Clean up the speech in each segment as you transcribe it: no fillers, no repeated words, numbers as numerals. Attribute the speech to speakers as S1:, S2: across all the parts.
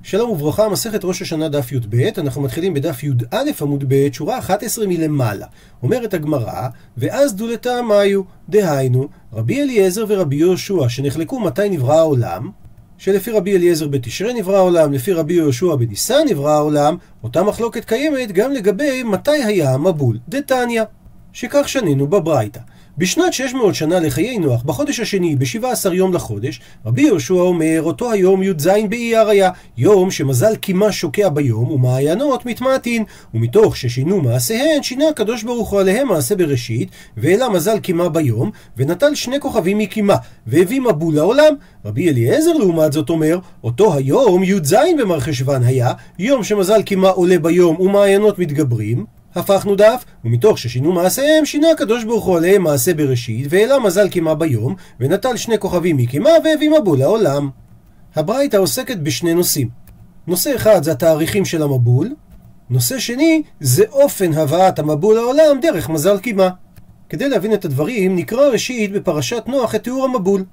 S1: שלום וברכה, מסכת ראש השנה דף י"ב, אנחנו מתחילים בדף י"א עמוד ב', שורה 11 מלמעלה. אומרת הגמרא, ואז דולתם היו, דהיינו, רבי אליעזר ורבי יהושע, שנחלקו מתי נברא העולם, שלפי רבי אליעזר בתשרי נברא העולם, לפי רבי יהושע בניסן נברא העולם, אותה מחלוקת קיימת גם לגבי מתי היה המבול, דתניא, שכך שנינו בברייתא. בשנת 600 שנה לחיי נוח, בחודש השני, ב-17 יום לחודש, רבי יהושע אומר, אותו היום י"ז באייר היה, יום שמזל קימה שוקע ביום, ומעיינות מתמעטין, ומתוך ששינו מעשיהן, שינה הקדוש ברוך הוא עליהם מעשה בראשית, והעלה מזל קימה ביום, ונטל 2 כוכבים מקימה, והביא מבול לעולם. רבי אליעזר לעומת זאת אומר, אותו היום י"ז במרחשוון היה, יום שמזל קימה עולה ביום, ומעיינות מתגברים, הפכנו דף, ומתוך ששינו מעשיהם, שינה הקדוש ברוך הוא עליהם מעשה בראשית, והעלה מזל קימה ביום, ונטל 2 כוכבים מקימה, והביא מבול לעולם. הברייתא עוסקת בשני נושאים. נושא אחד זה התאריכים של המבול, נושא שני זה אופן הבאת המבול לעולם דרך מזל קימה. כדי להבין את הדברים, נקרא ראשית בפרשת נוח את תיאור המבול.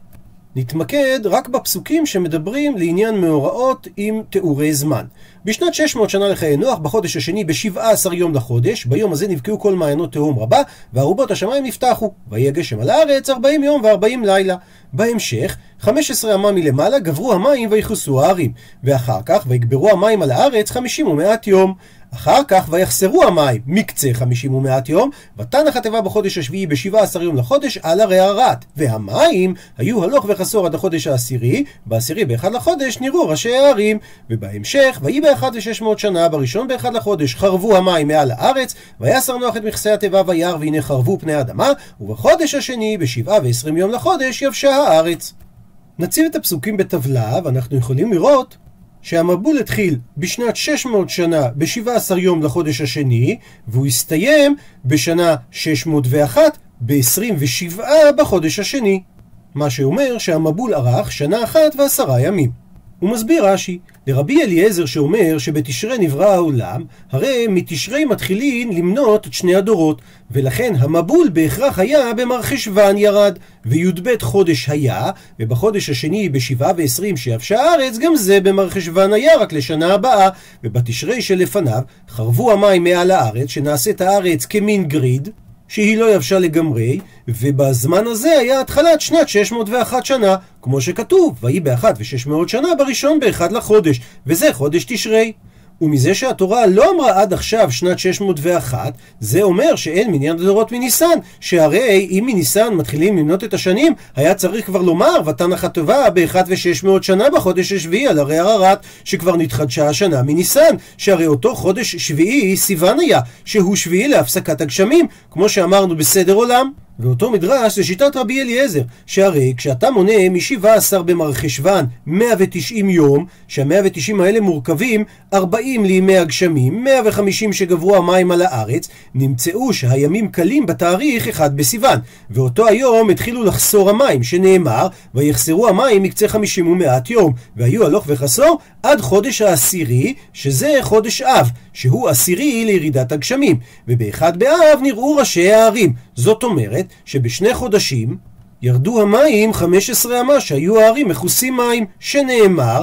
S1: נתמקד רק בפסוקים שמדברים לעניין מאורעות עם תיאורי זמן. בשנת 600 שנה לחיי נוח, בחודש השני, ב-17 יום לחודש, ביום הזה נבקעו כל מעיינות תהום רבה, וארובות השמיים נפתחו, ויהיה גשם על הארץ 40 יום ו40 לילה. בהמשך, 15 אמה מלמעלה גברו המים ויכוסו הערים, ואחר כך ויגברו המים על הארץ 50 ומעט יום. אחר כך ויחסרו המים מקצה 50 ומעט יום, ותנח התיבה בחודש השביעי ב-17 יום לחודש על הרי ערת, והמים היו הלוך וחסור עד החודש העשירי, בעשירי ב-1 לחודש נראו ראשי הערים. ובהמשך, ויהי ב-1 ו-600 שנה, בראשון ב-1 לחודש חרבו המים מעל הארץ, ויסר נוח את מכסי התיבה וירא, והנה חרבו פני האדמה, ובחודש השני ב-7 ו-20 יום לחודש יבשה הארץ. נציב את הפסוקים בטבלה, ואנחנו יכולים לראות שהמבול התחיל בשנת 600 שנה ב-17 יום לחודש השני, והוא הסתיים בשנה 601 ב-27 בחודש השני, מה שאומר שהמבול ארך שנה 1 ו10 ימים. הוא מסביר רש"י, לרבי אליעזר שאומר שבתשרי נברא העולם, הרי מתשרי מתחילים למנות את 2 הדורות, ולכן המבול בהכרח היה במרחשוון ירד, וי"ב חודש היה, ובחודש השני ב7 ו20 שיבשה הארץ, גם זה במרחשוון היה רק לשנה הבאה, ובתשרי שלפניו חרבו המים מעל הארץ, שנעשית הארץ כמין גריד, שהיא לא יבשה לגמרי, ובזמן הזה היה התחלת שנת 601 שנה, כמו שכתוב, ויהי ב1 ו600 שנה בראשון ב1 לחודש, וזה חודש תשרי. ומזה שהתורה לא אמרה עד עכשיו שנת 601, זה אומר שאין מניין הדורות מניסן, שהרי אם מניסן מתחילים למנות את השנים, היה צריך כבר לומר, ותנח התיבה ב1 ו600 שנה בחודש השביעי על הרי ערערת, שכבר נתחדשה השנה מניסן, שהרי אותו חודש שביעי סיוון היה, שהוא שביעי להפסקת הגשמים, כמו שאמרנו בסדר עולם. ואותו מדרש זה שיטת רבי אליעזר, שהרי כשאתה מונה מ17 במרחשוון 190 יום, שה190 האלה מורכבים 40 לימי הגשמים, 150 שגברו המים על הארץ, נמצאו שהימים קלים בתאריך 1 בסיוון, ואותו היום התחילו לחסור המים, שנאמר, ויחסרו המים מקצה 50 ומעט יום, והיו הלוך וחסור עד חודש העשירי, שזה חודש אב, שהוא עשירי לירידת הגשמים, ובאחד באב נראו ראשי הערים. זאת אומרת שבשני חודשים ירדו המים 15 אמה, שהיו הערים מכוסים מים, שנאמר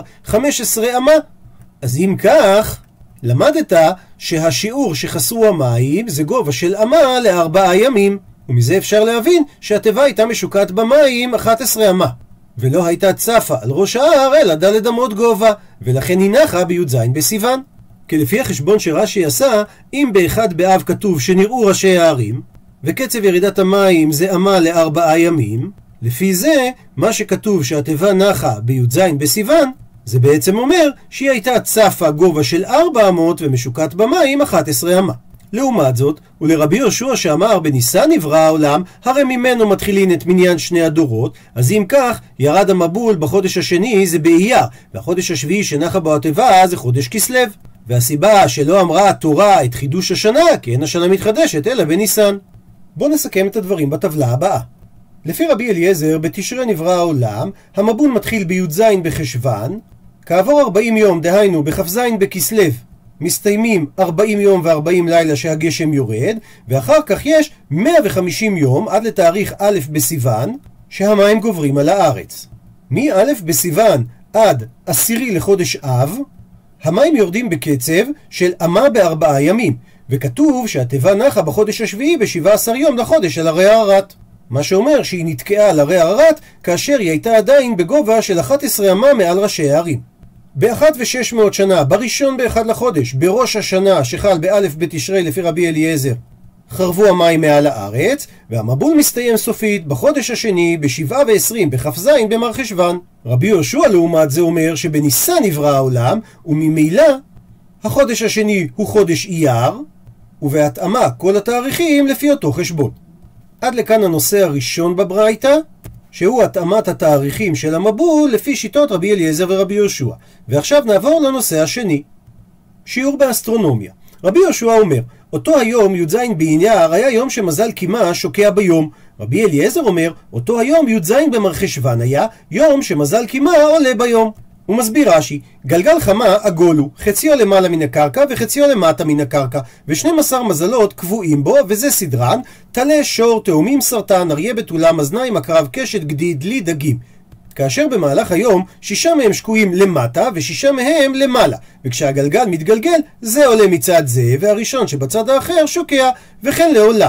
S1: 15 אמה. אז אם כך, למדת שהשיעור שחסרו המים זה גובה של אמה ל4 ימים, ומזה אפשר להבין שהתיבה הייתה משוקעת במים 11 אמה, ולא הייתה צפה על ראש ההר אלא ד' אמות גובה, ולכן היא נחה בי"ז בסיוון. כי לפי החשבון שרש"י עשה, אם באחד באב כתוב שנראו ראשי הערים, וקצב ירידת המים זה אמה ל4 ימים, לפי זה, מה שכתוב שהתיבה נחה בי"ז בסיוון, זה בעצם אומר שהיא הייתה צפה גובה של 400 ומשוקעת במים 11 אמה. לעומת זאת, ולרבי יהושע שאמר בניסן נברא העולם, הרי ממנו מתחילין את מניין 2 הדורות, אז אם כך, ירד המבול בחודש השני זה באייר, והחודש השביעי שנחה בו התיבה זה חודש כסלו. והסיבה שלא אמרה התורה את חידוש השנה, כי אין השנה מתחדשת אלא בניסן. בואו נסכם את הדברים בטבלה הבאה. לפי רבי אליעזר, בתשרי נברא העולם, המבול מתחיל בי"ז בחשוון, כעבור 40 יום, דהיינו בכ"ז בכסלו, מסתיימים 40 יום ו40 לילה שהגשם יורד, ואחר כך יש 150 יום עד לתאריך א' בסיוון, שהמים גוברים על הארץ. מא' בסיוון עד 10 לחודש אב, המים יורדים בקצב של אמה ב4 ימים, וכתוב שהתיבה נחה בחודש השביעי ב17 יום לחודש על הרי הארת. מה שאומר שהיא נתקעה על הרי הארת כאשר היא הייתה עדיין בגובה של 11 אמה מעל ראשי הערים. ב1,600 שנה, בראשון ב1 לחודש, בראש השנה שחל באלף בתשרי לפי רבי אליעזר, חרבו המים מעל הארץ, והמבול מסתיים סופית בחודש השני ב7/20 בכ"ז במרחשוון. רבי יהושע לעומת זה אומר שבניסן נברא העולם, וממילא החודש השני הוא חודש אייר, ובהתאמה כל התאריכים לפי אותו חשבון. עד לכאן הנושא הראשון בברייתא, שהוא התאמת התאריכים של המבול לפי שיטות רבי אליעזר ורבי יהושע. ועכשיו נעבור לנושא השני, שיעור באסטרונומיה. רבי יהושע אומר, אותו היום י"ז באייר היה יום שמזל קימה שוקע ביום. רבי אליעזר אומר, אותו היום י"ז במרחשוון היה יום שמזל קימה עולה ביום. הוא מסביר רש"י, גלגל חמה עגול הוא, חציו למעלה מן הקרקע וחציו למטה מן הקרקע, ו12 מזלות קבועים בו, וזה סדרן, טלה, שור, תאומים, סרטן, אריה, בתולה, מאזניים, עקרב, קשת, גדי, דלי, דגים. כאשר במהלך היום 6 מהם שקועים למטה ו6 מהם למעלה, וכשהגלגל מתגלגל זה עולה מצד זה, והראשון שבצד האחר שוקע, וכן לעולם.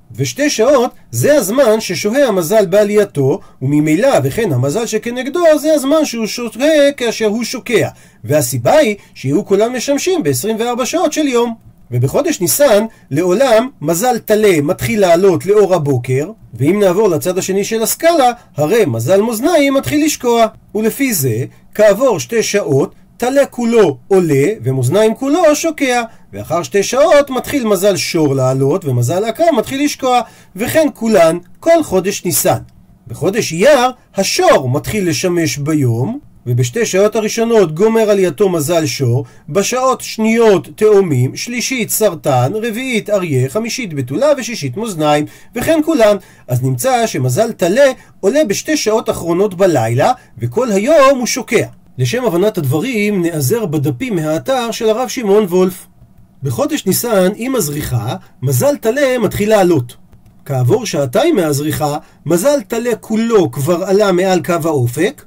S1: ו2 שעות זה הזמן ששוהה המזל בעלייתו, וממילא וכן המזל שכנגדו זה הזמן שהוא שוהה כאשר הוא שוקע, והסיבה היא שיהיו כולם משמשים ב24 שעות של יום. ובחודש ניסן לעולם מזל טלה מתחיל לעלות לאור הבוקר, ואם נעבור לצד השני של הסקאלה, הרי מזל מאזניים מתחיל לשקוע, ולפי זה כעבור 2 שעות טלה כולו עולה ומאזניים כולו שוקע, ואחר 2 שעות מתחיל מזל שור לעלות ומזל עקרב מתחיל לשקוע, וכן כולן כל חודש ניסן. בחודש אייר השור מתחיל לשמש ביום, וב2 שעות הראשונות גומר עלייתו מזל שור, בשעות שניות תאומים, שלישית סרטן, רביעית אריה, חמישית בתולה ושישית מאזניים, וכן כולן. אז נמצא שמזל טלה עולה ב2 שעות אחרונות בלילה, וכל היום הוא שוקע. לשם הבנת הדברים נעזר בדפים מהאתר של הרב שמעון וולף. בחודש ניסן עם הזריחה מזל טלה מתחיל לעלות. כעבור 2 מהזריחה מזל טלה כולו כבר עלה מעל קו האופק,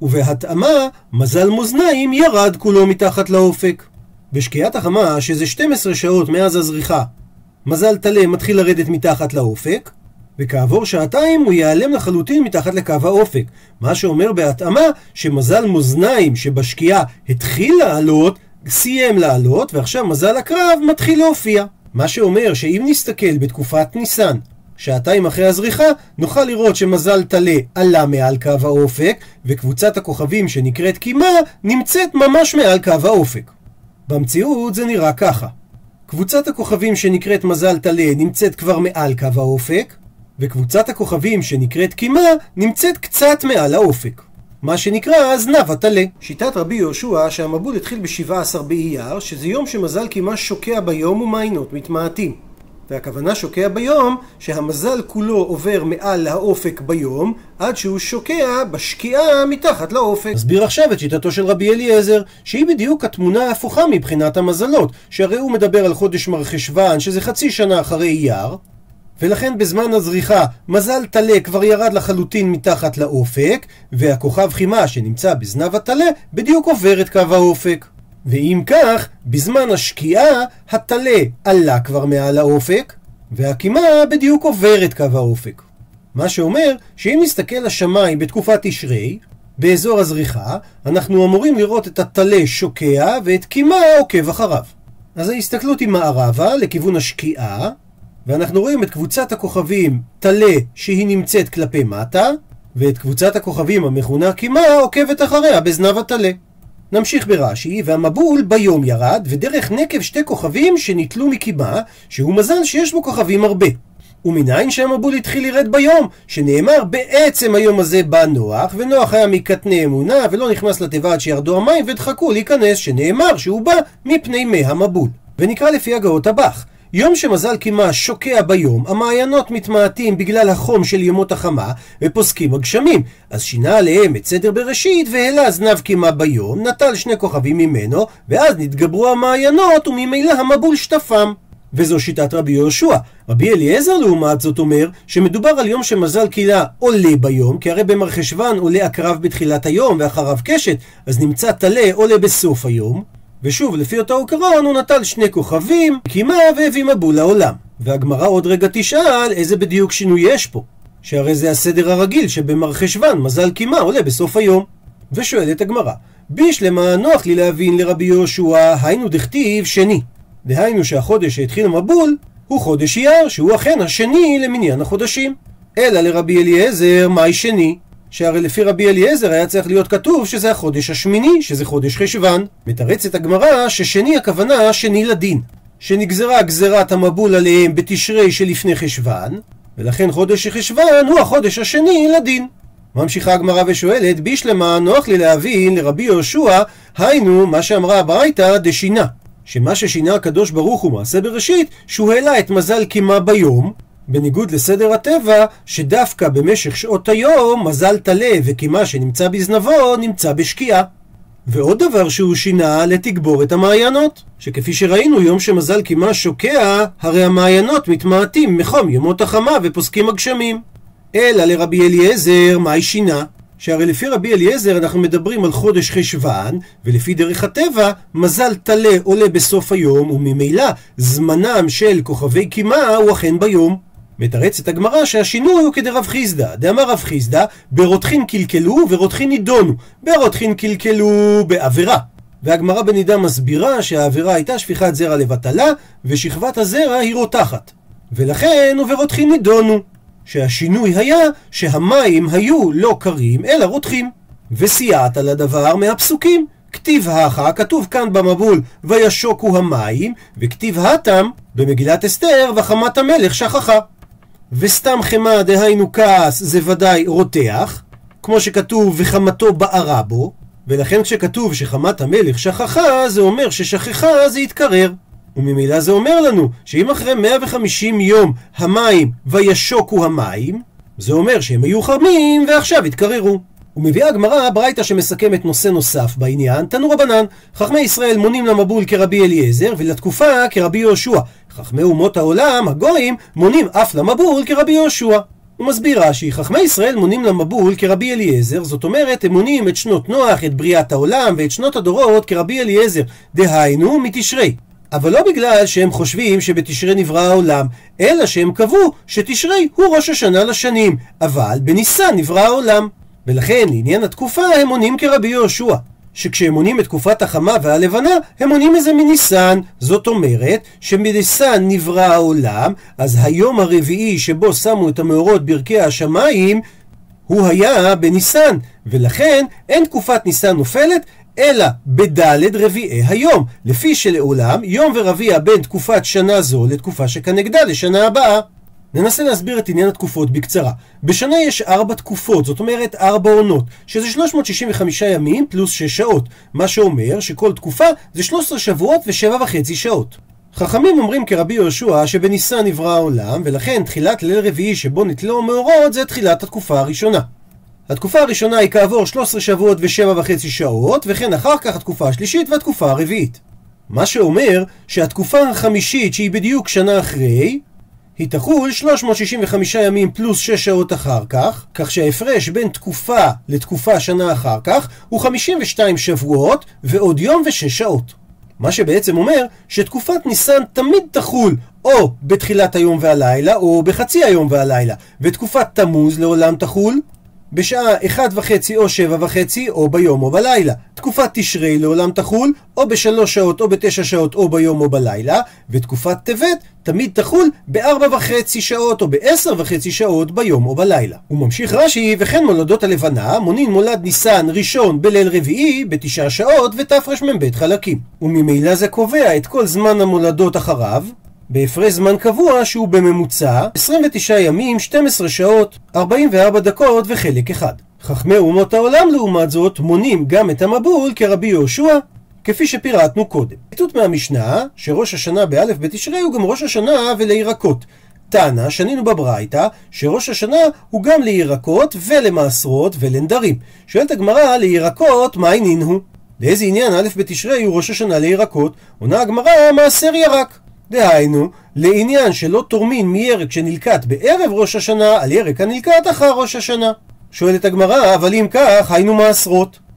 S1: ובהתאמה מזל מאזניים ירד כולו מתחת לאופק. בשקיעת החמה, שזה 12 שעות מאז הזריחה, מזל טלה מתחיל לרדת מתחת לאופק, וכעבור 2 הוא ייעלם לחלוטין מתחת לקו האופק, מה שאומר בהתאמה שמזל מאזניים שבשקיעה התחיל לעלות, סיים לעלות, ועכשיו מזל הקרב מתחיל להופיע. מה שאומר שאם נסתכל בתקופת ניסן 2 אחרי הזריחה, נוכל לראות שמזל טלה עלה מעל קו האופק, וקבוצת הכוכבים שנקראת קימה נמצאת ממש מעל קו האופק. במציאות זה נראה ככה. קבוצת הכוכבים שנקראת מזל טלה נמצאת כבר מעל קו האופק, וקבוצת הכוכבים שנקראת קימה נמצאת קצת מעל האופק, מה שנקרא זנב הטלה. שיטת רבי יהושע שהמבול התחיל ב17 באייר, שזה יום שמזל קימה שוקע ביום ומעיינות מתמעטים. והכוונה שוקע ביום שהמזל כולו עובר מעל האופק ביום עד שהוא שוקע בשקיעה מתחת לאופק. נסביר עכשיו את שיטתו של רבי אליעזר, שהיא בדיוק התמונה ההפוכה מבחינת המזלות, שהרי הוא מדבר על חודש מרחשוון שזה חצי שנה אחרי אייר, ולכן בזמן הזריחה מזל טלה כבר ירד לחלוטין מתחת לאופק, והכוכב חימה שנמצא בזנב הטלה בדיוק עובר את קו האופק. ואם כך, בזמן השקיעה הטלה עלה כבר מעל האופק, והקימה בדיוק עובר את קו האופק. מה שאומר שאם נסתכל לשמיים בתקופת תשרי, באזור הזריחה, אנחנו אמורים לראות את הטלה שוקע ואת קימה עוקב אחריו. אז ההסתכלות היא מערבה לכיוון השקיעה, ואנחנו רואים את קבוצת הכוכבים טלה שהיא נמצאת כלפי מטה, ואת קבוצת הכוכבים המכונה קימה עוקבת אחריה בזנב הטלה. נמשיך ברש"י, והמבול ביום ירד, ודרך נקב 2 כוכבים שניטלו מקימה, שהוא מזל שיש בו כוכבים הרבה. ומניין שהמבול התחיל לרד ביום, שנאמר בעצם היום הזה בא נוח, ונוח היה מקטני אמונה, ולא נכנס לתיבה עד שירדו המים ודחקו להיכנס, שנאמר שהוא בא מפני מי המבול. ונקרא לפי הגאות הבח, יום שמזל קימה שוקע ביום, המעיינות מתמעטים בגלל החום של ימות החמה, ופוסקים הגשמים. אז שינה עליהם את סדר בראשית, והעלה זנב קימה ביום, נטל 2 כוכבים ממנו, ואז נתגברו המעיינות, וממילא המבול שטפם. וזו שיטת רבי יהושע. רבי אליעזר לעומת זאת אומר, שמדובר על יום שמזל קילה עולה ביום, כי הרי במרחשוון עולה עקרב בתחילת היום, ואחריו קשת, אז נמצא טלה עולה בסוף היום. ושוב, לפי אותו עיקרון הוא נטל 2 כוכבים, קימה והביא מבול לעולם. והגמרא עוד רגע תשאל איזה בדיוק שינוי יש פה, שהרי זה הסדר הרגיל שבמרחשוון מזל קימה עולה בסוף היום. ושואלת הגמרא, בישלמה נוח לי להבין לרבי יהושע, היינו דכתיב שני, דהיינו שהחודש שהתחיל המבול הוא חודש אייר, שהוא אכן השני למניין החודשים. אלא לרבי אליעזר, מהי שני? שהרי לפי רבי אליעזר היה צריך להיות כתוב שזה החודש השמיני, שזה חודש חשוון. מתרצת הגמרא ששני הכוונה שני לדין, שנגזרה גזרת המבול עליהם בתשרי שלפני חשוון, ולכן חודש חשוון הוא החודש השני לדין. ממשיכה הגמרא ושואלת, בישלמה נוח לי להבין לרבי יהושע, היינו מה שאמרה הברייתא דשינה, שמה ששינה הקדוש ברוך הוא מעשה בראשית, שהוא העלה את מזל קימה ביום, בניגוד לסדר הטבע שדווקא במשך שעות היום מזל תלה וקימה שנמצא בזנבו נמצא בשקיעה. ועוד דבר שהוא שינה, לתגבור את המעיינות, שכפי שראינו יום שמזל קימה שוקע, הרי המעיינות מתמעטים מחום ימות החמה ופוסקים הגשמים. אלא לרבי אליעזר, מהי שינה? שהרי לפי רבי אליעזר אנחנו מדברים על חודש חשוון, ולפי דרך הטבע מזל תלה עולה בסוף היום, וממילא זמנם של כוכבי קימה הוא אכן ביום. מתרצת הגמרא שהשינוי הוא כדרב חיסדא, דאמר רב חיסדא, ברותחין קלקלו ורותחין נידונו. ברותחין קלקלו בעבירה, והגמרא בנידה מסבירה שהעבירה הייתה שפיכת זרע לבטלה, ושכבת הזרע היא רותחת, ולכן וברותחין נידונו, שהשינוי היה שהמים היו לא קרים אלא רותחים. וסייעת על הדבר מהפסוקים, כתיב הכה, כתוב כאן במבול וישוקו המים, וכתיב התם במגילת אסתר וחמת המלך שכחה. וסתם חמה דהיינו כעס זה ודאי רותח, כמו שכתוב וחמתו בערה בו, ולכן כשכתוב שחמת המלך שכחה זה אומר ששכחה זה יתקרר, וממילא זה אומר לנו שאם אחרי 150 יום המים וישוקו המים, זה אומר שהם היו חמים ועכשיו התקררו. ומביאה הגמרא ברייתא שמסכמת נושא נוסף בעניין, תנו רבנן, חכמי ישראל מונים למבול כרבי אליעזר ולתקופה כרבי יהושע, חכמי אומות העולם הגויים מונים אף למבול כרבי יהושע. הוא מסביר רש"י, חכמי ישראל מונים למבול כרבי אליעזר, זאת אומרת הם מונים את שנות נוח, את בריאת העולם ואת שנות הדורות כרבי אליעזר, דהיינו מתשרי, אבל לא בגלל שהם חושבים שבתשרי נברא העולם, אלא שהם קבעו שתשרי הוא ראש השנה לשנים, אבל בניסן נברא העולם. ולכן לעניין התקופה הם מונים כרבי יהושע, שכשהם מונים את תקופת החמה והלבנה הם מונים איזה מניסן. זאת אומרת שמניסן נברא העולם, אז היום הרביעי שבו שמו את המאורות ברכי השמיים הוא היה בניסן, ולכן אין תקופת ניסן נופלת אלא בדלת רביעי היום, לפי שלעולם יום ורביע בין תקופת שנה זו לתקופה שכנגדה לשנה הבאה. ננסה להסביר את עניין התקופות בקצרה. בשנה יש 4 תקופות, זאת אומרת 4 עונות, שזה 365 ימים פלוס 6 שעות, מה שאומר שכל תקופה זה 13 שבועות ו7.5 שעות. חכמים אומרים כרבי יהושע שבניסן נברא העולם, ולכן תחילת ליל רביעי שבו נתלו מאורות זה תחילת התקופה הראשונה. התקופה הראשונה היא כעבור 13 שבועות ו7.5 שעות, וכן אחר כך התקופה השלישית והתקופה הרביעית. מה שאומר שהתקופה החמישית שהיא בדיוק שנה אחרי, היא תחול 365 ימים פלוס 6 שעות אחר כך, כך שההפרש בין תקופה לתקופה שנה אחר כך הוא 52 שבועות ועוד יום ו6 שעות. מה שבעצם אומר שתקופת ניסן תמיד תחול או בתחילת היום והלילה או בחצי היום והלילה, ותקופת תמוז לעולם תחול בשעה 1.5 או 7.5 או ביום או בלילה. תקופת תשרי לעולם תחול או ב3 שעות או ב9 שעות או ביום או בלילה, ותקופת טבת תמיד תחול ב4.5 שעות או ב10.5 שעות ביום או בלילה. הוא ממשיך רש"י, וכן מולדות הלבנה מונים מולד ניסן ראשון בליל רביעי ב9 שעות ותרמ"ב חלקים, וממילא זה קובע את כל זמן המולדות אחריו בהפרש זמן קבוע שהוא בממוצע 29 ימים, 12 שעות, 44 דקות וחלק אחד. חכמי אומות העולם לעומת זאת מונים גם את המבול כרבי יהושע, כפי שפירטנו קודם. ציטוט מהמשנה שראש השנה באלף בתשרי הוא גם ראש השנה ולירקות. טענה שנינו בברייתא שראש השנה הוא גם לירקות ולמעשרות ולנדרים. שואלת הגמרא, לירקות מה עניין הוא? לאיזה עניין א' בתשרי הוא ראש השנה לירקות? עונה הגמרא, מעשר ירק. דהיינו, לעניין שלא תורמין מירק שנלקט בערב ראש השנה על ירק הנלקט אחר ראש השנה. שואלת הגמרא, אבל אם כך היינו מעשרות.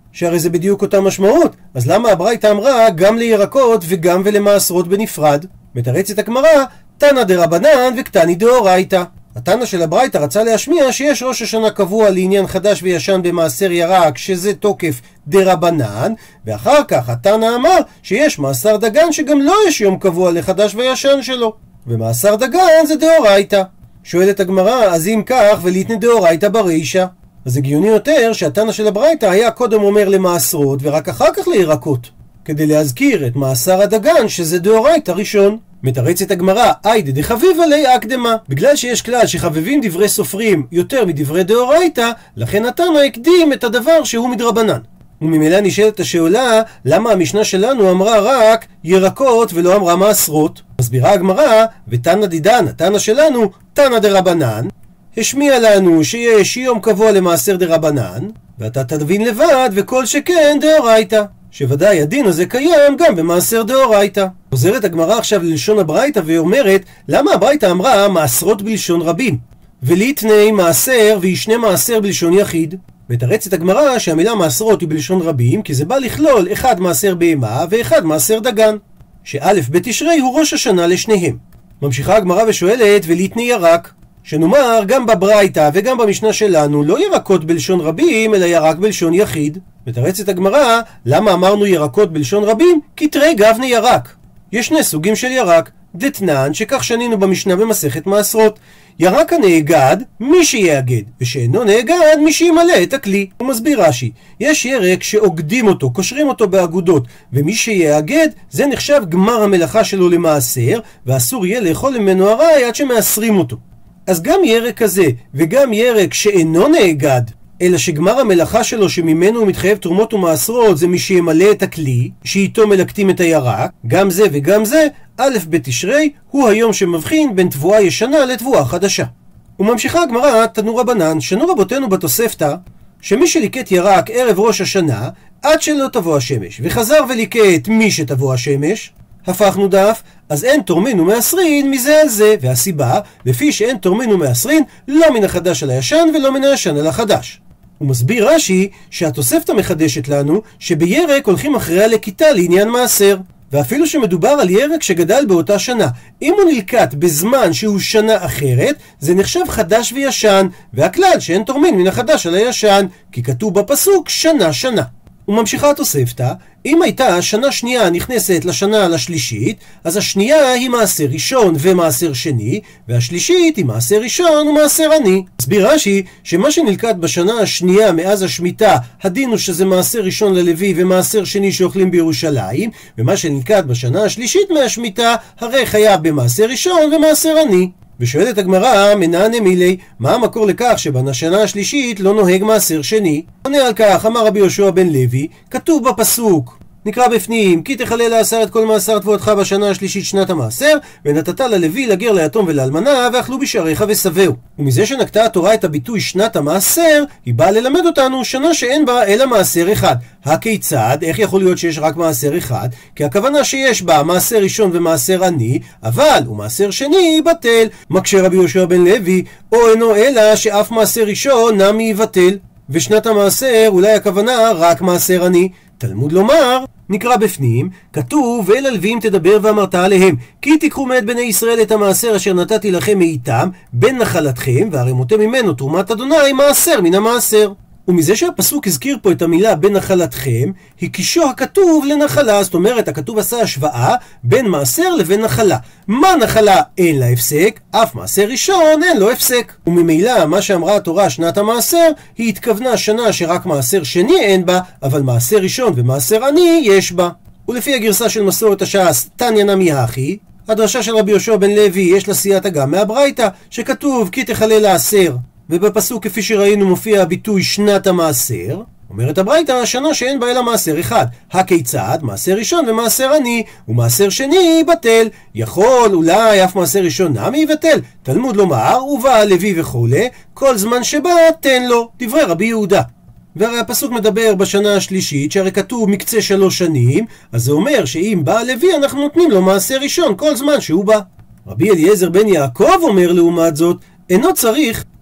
S1: שהרי זה בדיוק אותה משמעות. אז למה הברייתא אמרה גם לירקות וגם ולמעשרות בנפרד? מתרצת הגמרא, תנא דרבנן וקטני דאורייתא. התנא של הברייתא רצה להשמיע שיש ראש השנה קבוע לעניין חדש וישן במעשר ירק, שזה תוקף דרבנן, ואחר כך התנא אמר שיש מעשר דגן שגם לא יש יום קבוע לחדש וישן שלו, ומעשר דגן זה דאורייתא. שואלת הגמרא, אז אם כך וליתנא דאורייתא ברישא, אז הגיוני יותר שהתנא של הברייתא היה קודם אומר למעשרות ורק אחר כך לירקות, כדי להזכיר את מעשר הדגן שזה דאורייתא ראשון. מתרצת הגמרא, איידה דחביבא ליה אקדמה. בגלל שיש כלל שחבבים דברי סופרים יותר מדברי דאורייתא, לכן התנא הקדים את הדבר שהוא מדרבנן. וממילא נשאלת השאלה, למה המשנה שלנו אמרה רק ירקות ולא אמרה מעשרות? מסבירה הגמרא, ותנא דידן, התנא שלנו, תנא דרבנן, השמיע לנו שיש יום קבוע למעשר דרבנן, ואתה תבין לבד וכל שכן דאורייתא, שוודאי הדין הזה קיים גם במעשר דאורייתא. חוזרת הגמרא עכשיו ללשון הברייתא ואומרת, למה הברייתא אמרה מעשרות בלשון רבים, וליתני מעשר וישנה מעשר בלשון יחיד? מתרצת הגמרא שהמילה מעשרות היא בלשון רבים, כי זה בא לכלול אחד מעשר בהמה ואחד מעשר דגן, שא' בתשרי הוא ראש השנה לשניהם. ממשיכה הגמרא ושואלת, וליתני ירק, שנאמר גם בברייתא וגם במשנה שלנו לא ירקות בלשון רבים אלא ירק בלשון יחיד. מתרצת הגמרא, למה אמרנו ירקות בלשון רבים? כי תרי גבני ירק. יש שני סוגים של ירק, דתנן שכך שנינו במשנה במסכת מעשרות, ירק הנאגד מי שיאגד, ושאינו נאגד מי שימלא את הכלי. הוא מסביר רש"י, יש ירק שאוגדים אותו, קושרים אותו באגודות, ומי שיאגד זה נחשב גמר המלאכה שלו למעשר, ואסור יהיה לאכול ממנו ארעי עד שמאסרים אותו. אז גם ירק כזה וגם ירק שאינו נאגד אלא שגמר המלאכה שלו שממנו הוא מתחייב תרומות ומעשרות זה מי שימלא את הכלי שאיתו מלקטים את הירק, גם זה וגם זה א' בתשרי הוא היום שמבחין בין תבואה ישנה לתבואה חדשה. וממשיכה הגמרא, תנו רבנן, שנו רבותינו בתוספתא שמי שליקט ירק ערב ראש השנה עד שלא תבוא השמש, וחזר וליקט מי שתבוא השמש, הפכנו דף, אז אין תורמין ומעשרין מזה על זה, והסיבה, לפי שאין תורמין ומעשרין לא מן החדש על הישן ולא מן הישן על החדש. הוא מסביר רש"י שהתוספתא מחדשת לנו שבירק הולכים אחרי הלקיטה לעניין מעשר, ואפילו שמדובר על ירק שגדל באותה שנה, אם הוא נלקט בזמן שהוא שנה אחרת זה נחשב חדש וישן, והכלל שאין תורמין מן החדש על הישן, כי כתוב בפסוק שנה שנה. וממשיכה התוספתא, אם הייתה שנה שנייה נכנסת לשנה השלישית, אז השנייה היא מעשר ראשון ומעשר שני, והשלישית היא מעשר ראשון ומעשר עני. מסביר רש"י שמה שנלקט בשנה השנייה מאז השמיטה, הדין הוא שזה מעשר ראשון ללוי ומעשר שני שאוכלים בירושלים, ומה שנלקט בשנה השלישית מהשמיטה, הרי חייב במעשר ראשון ומעשר עני. ושואלת הגמרא, מנענה מילי, מה המקור לכך שבשנה השלישית לא נוהג מעשר שני? עונה על כך, אמר רבי יהושע בן לוי, כתוב בפסוק, נקרא בפנים, כי תחלל לעשר את כל מעשר תבואתך בשנה השלישית שנת המעשר, ונתת ללוי לגר ליתום ולאלמנה, ואכלו בשעריך ושבעו. ומזה שנקטה התורה את הביטוי שנת המעשר, היא באה ללמד אותנו שנה שאין בה אלא מעשר אחד. הכיצד? איך יכול להיות שיש רק מעשר אחד? כי הכוונה שיש בה מעשר ראשון ומעשר עני, אבל ומעשר שני בטל. מקשה רבי יהושע בן לוי, או אינו אלא שאף מעשר ראשון נמי יבטל, ושנת המעשר אולי הכוונה רק מעשר עני. תלמוד לומר, נקרא בפנים, כתוב, ואל הלוויים תדבר ואמרת עליהם, כי תיקחו מאת בני ישראל את המעשר אשר נתתי לכם מאיתם, בין נחלתכם, והרמותם ממנו תרומת אדוני מעשר מן המעשר. ומזה שהפסוק הזכיר פה את המילה בין נחלתכם, הקישו הכתוב לנחלה, זאת אומרת הכתוב עשה השוואה בין מעשר לבין נחלה. מה נחלה אין לה הפסק, אף מעשר ראשון אין לו הפסק. וממילא מה שאמרה התורה שנת המעשר, היא התכוונה שנה שרק מעשר שני אין בה, אבל מעשר ראשון ומעשר עני יש בה. ולפי הגרסה של מסורת הש"ס, תניא נמי הכי, הדרשה של רבי יהושע בן לוי יש לה סייעתא גם מהברייתא, שכתוב כי תחלל לעשר, ובפסוק כפי שראינו מופיע הביטוי שנת המעשר. אומרת הברייתא, השנה שאין בה אלא מעשר אחד. הכיצד? מעשר ראשון ומעשר עני, ומעשר שני בטל. יכול אולי אף מעשר ראשון נמי יבטל. תלמוד לומר, ובא לוי וכולי, כל זמן שבא תן לו. דברי רבי יהודה. והרי הפסוק מדבר בשנה השלישית, שהרי כתוב מקצה 3 שנים, אז זה אומר שאם בא לוי אנחנו נותנים לו מעשר ראשון כל זמן שהוא בא. רבי אליעזר בן יעקב אומר לעומת זאת, אינו צריך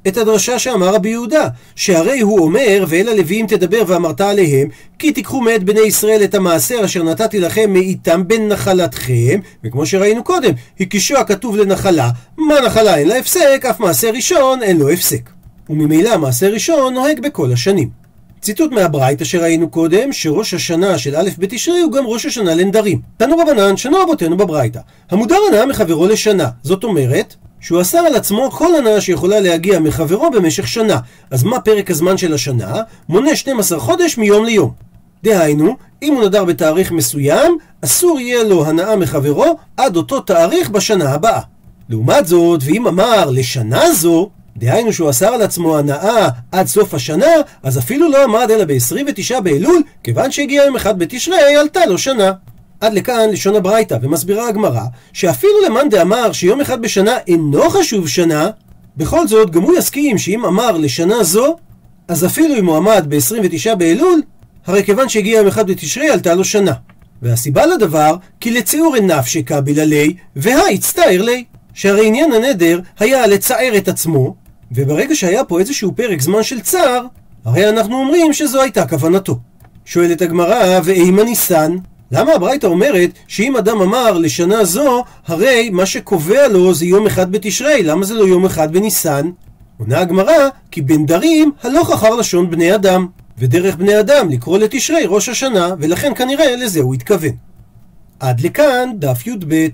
S1: את הדרשה שאמר רבי יהודה, שהרי הוא אומר, ואל הלוויים תדבר ואמרת עליהם, כי תיקחו מאת בני ישראל את המעשר אשר נתתי לכם מאיתם בין נחלתכם, וכמו שראינו קודם, הקישו הכתוב לנחלה, מה נחלה אין לה הפסק, אף מעשר ראשון אין לו הפסק. וממילא מעשר ראשון נוהג בכל השנים. ציטוט מהברייתא שראינו קודם, שראש השנה של א' בתשרי הוא גם ראש השנה לנדרים. תנו רבנן, שנו רבותינו בברייתא. המודר הנאה מחברו לשנה, זאת אומרת שהוא אסר על עצמו כל הנאה שיכולה להגיע מחברו במשך שנה. אז מה פרק הזמן של השנה? מונה 12 חודש מיום ליום. דהיינו, אם הוא נדר בתאריך מסוים, אסור יהיה לו הנאה מחברו עד אותו תאריך בשנה הבאה. לעומת זאת, ואם אמר לשנה זו, דהיינו שהוא אסר על עצמו הנאה עד סוף השנה, אז אפילו לא עמד אלא ב-29 באלול, כיוון שהגיע יום אחד בתשרי, עלתה לו שנה. עד לכאן לשון הברייתא, ומסבירה הגמרא, שאפילו למאן דאמר שיום אחד בשנה אינו חשוב שנה, בכל זאת גם הוא יסכים שאם אמר לשנה זו, אז אפילו אם הוא עמד ב-29 באלול, הרי כיוון שהגיע יום אחד בתשרי, עלתה לו שנה. והסיבה לדבר, כי לציור נפשי קביל עלי, והצטער לי. שהרי עניין הנדר היה לצער את עצמו, וברגע שהיה פה איזשהו פרק זמן של צער, הרי אנחנו אומרים שזו הייתה כוונתו. שואלת הגמרא, ואימה ניסן? למה הברייתא אומרת שאם אדם אמר לשנה זו, הרי מה שקובע לו זה יום אחד בתשרי, למה זה לא יום אחד בניסן? עונה הגמרא, כי בנדרים הלוך אחר לשון בני אדם, ודרך בני אדם לקרוא לתשרי ראש השנה, ולכן כנראה לזה הוא התכוון. עד לכאן דף י"ב.